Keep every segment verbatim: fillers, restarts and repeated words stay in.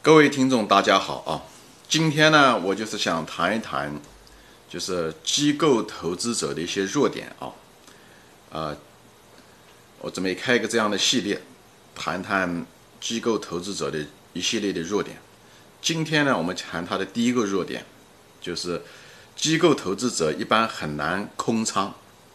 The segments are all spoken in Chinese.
各位听众，大家好啊！今天呢，我就是想谈一谈，就是机构投资者的一些弱点啊。呃，我准备开一个这样的系列，谈谈机构投资者的一系列的弱点。今天呢，我们谈它的第一个弱点，就是机构投资者一般很难空仓。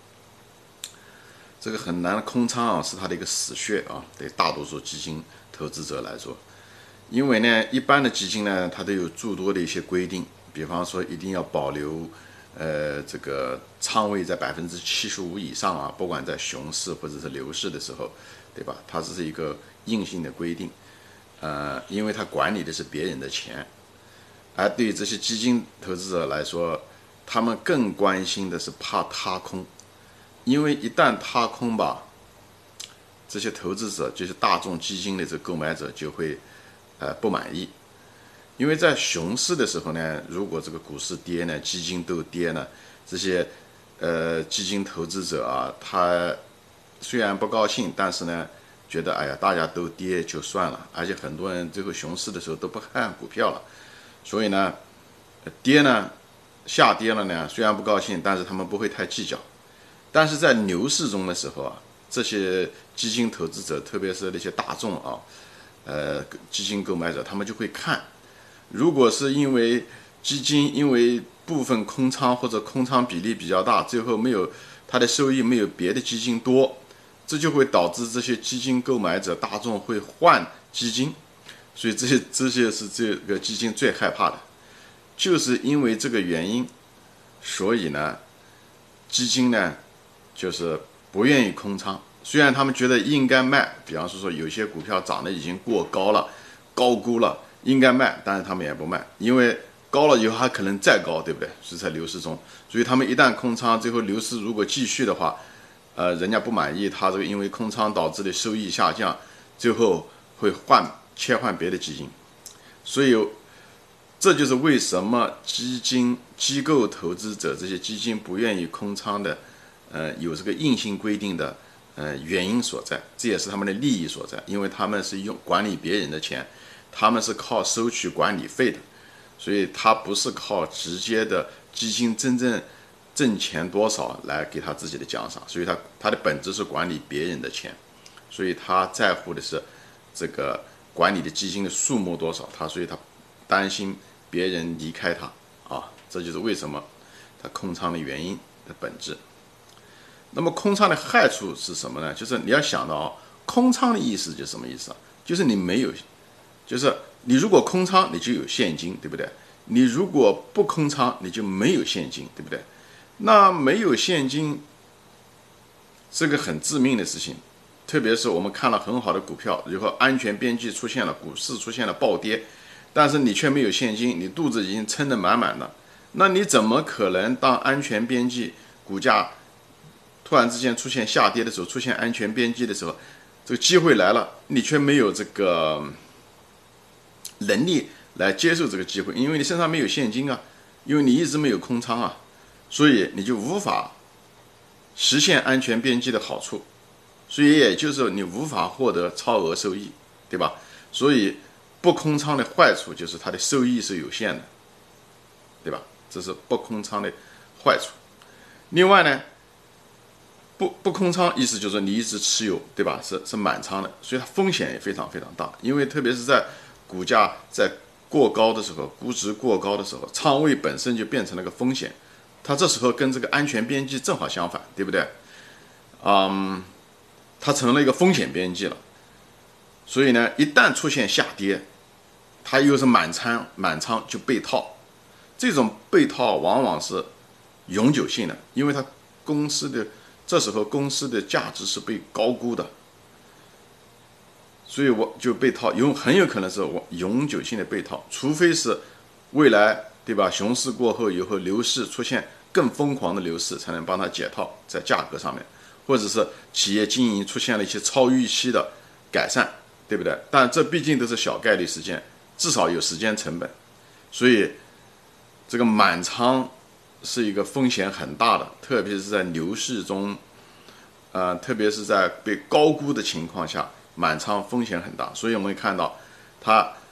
这个很难空仓啊，是它的一个死穴啊，对大多数基金投资者来说。因为呢，一般的基金呢，它都有诸多的一些规定，比方说一定要保留，呃，这个仓位在百分之七十五以上啊，不管在熊市或者是牛市的时候，对吧？它这是一个硬性的规定，呃，因为它管理的是别人的钱，而对于这些基金投资者来说，他们更关心的是怕踏空，因为一旦踏空吧，这些投资者就是大众基金的这购买者就会。呃，不满意，因为在熊市的时候呢，如果这个股市跌呢，基金都跌呢，这些呃基金投资者啊，他虽然不高兴，但是呢，觉得哎呀，大家都跌就算了，而且很多人这个熊市的时候都不看股票了，所以呢，跌呢，下跌了呢，虽然不高兴，但是他们不会太计较，但是在牛市中的时候啊，这些基金投资者，特别是那些大众啊。呃，基金购买者他们就会看，如果是因为基金因为部分空仓或者空仓比例比较大，最后没有它的收益没有别的基金多，这就会导致这些基金购买者大众会换基金，所以这些这些是这个基金最害怕的，就是因为这个原因，所以呢，基金呢就是不愿意空仓。虽然他们觉得应该卖，比方说说有些股票涨得已经过高了，高估了，应该卖，但是他们也不卖，因为高了以后还可能再高，对不对？是在牛市中，所以他们一旦空仓，最后牛市如果继续的话，呃，人家不满意，他这个因为空仓导致的收益下降，最后会换切换别的基金，所以这就是为什么基金机构投资者这些基金不愿意空仓的，呃，有这个硬性规定的。呃，原因所在，这也是他们的利益所在，因为他们是用管理别人的钱，他们是靠收取管理费的，所以他不是靠直接的基金真正挣钱多少来给他自己的奖赏，所以他他的本质是管理别人的钱，所以他在乎的是这个管理的基金的数目多少，他所以他担心别人离开他啊，这就是为什么他空仓的原因的本质。那么空仓的害处是什么呢？就是你要想到啊，空仓的意思就是什么意思啊？就是你没有，就是你如果空仓，你就有现金，对不对？你如果不空仓，你就没有现金，对不对？那没有现金是个很致命的事情，特别是我们看了很好的股票，然后安全边际出现了，股市出现了暴跌，但是你却没有现金，你肚子已经撑得满满的，那你怎么可能当安全边际股价突然之间出现下跌的时候，出现安全边际的时候，这个机会来了，你却没有这个能力来接受这个机会，因为你身上没有现金啊，因为你一直没有空仓啊，所以你就无法实现安全边际的好处，所以也就是说你无法获得超额收益，对吧？所以不空仓的坏处就是它的收益是有限的，对吧？这是不空仓的坏处。另外呢，不不空仓，意思就是你一直持有，对吧？是是满仓的，所以它风险也非常非常大。因为特别是在股价在过高的时候，估值过高的时候，仓位本身就变成了个风险。它这时候跟这个安全边际正好相反，对不对？嗯，它成了一个风险边际了。所以呢，一旦出现下跌，它又是满仓满仓就被套，这种被套往往是永久性的，因为它公司的。这时候公司的价值是被高估的，所以我就被套，有很有可能是我永久性的被套，除非是未来对吧？熊市过后以后，牛市出现更疯狂的牛市，才能帮它解套在价格上面，或者是企业经营出现了一些超预期的改善，对不对？但这毕竟都是小概率事件，至少有时间成本，所以这个满仓是一个风险很大的，特别是在牛市中，呃，特别是在被高估的情况下，满仓风险很大。所以我们会看到，它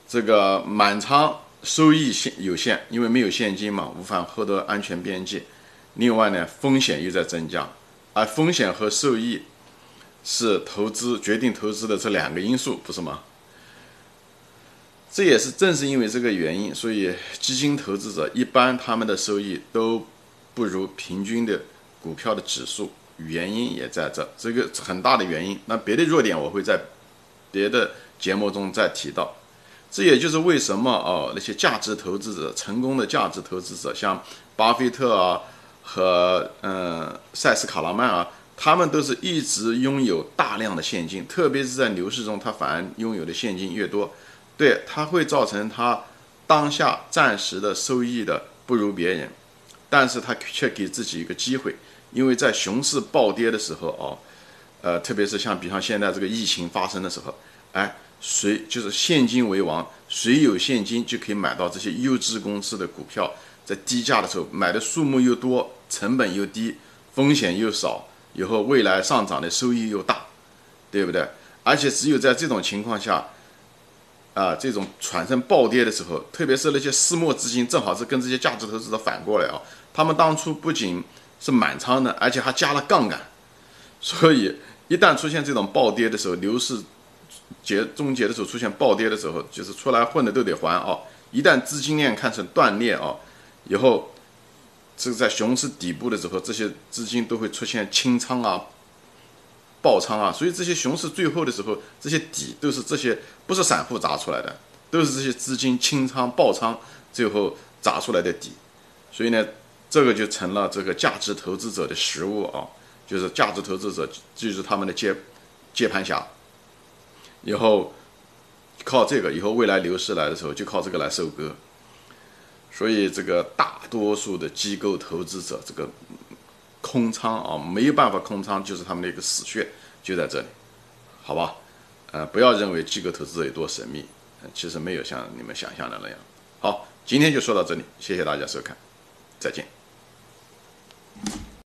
这个满仓收益现有限，因为没有现金嘛，无法获得安全边际。另外呢，风险又在增加，而风险和收益是投资决定投资的这两个因素，不是吗？这也是正是因为这个原因，所以基金投资者一般他们的收益都不如平均的股票的指数，原因也在这，这个很大的原因。那别的弱点我会在别的节目中再提到。这也就是为什么哦，那些价值投资者，成功的价值投资者，像巴菲特啊和嗯塞斯卡拉曼啊，他们都是一直拥有大量的现金，特别是在牛市中，他反而拥有的现金越多，对，它会造成他当下暂时的收益的不如别人，但是他却给自己一个机会，因为在熊市暴跌的时候哦，呃，特别是像比方现在这个疫情发生的时候，哎。谁就是现金为王，谁有现金就可以买到这些优质公司的股票，在低价的时候买的数目又多，成本又低，风险又少，以后未来上涨的收益又大，对不对？而且只有在这种情况下，啊、呃，这种产生暴跌的时候，特别是那些私募资金，正好是跟这些价值投资者反过来啊，他们当初不仅是满仓的，而且还加了杠杆，所以一旦出现这种暴跌的时候，牛市结终结的时候出现暴跌的时候，就是出来混的都得还啊！一旦资金链看成断裂啊，以后这个在熊市底部的时候，这些资金都会出现清仓啊、爆仓啊，所以这些熊市最后的时候，这些底都是这些不是散户砸出来的，都是这些资金清仓、爆仓最后砸出来的底。所以呢，这个就成了这个价值投资者的食物啊，就是价值投资者就是他们的接接盘侠。以后靠这个，以后未来牛市来的时候就靠这个来收割。所以这个大多数的机构投资者这个空仓啊，没有办法空仓，就是他们的一个死穴，就在这里，好吧？呃，不要认为机构投资者有多神秘，呃、其实没有像你们想象的那样。好，今天就说到这里，谢谢大家收看，再见。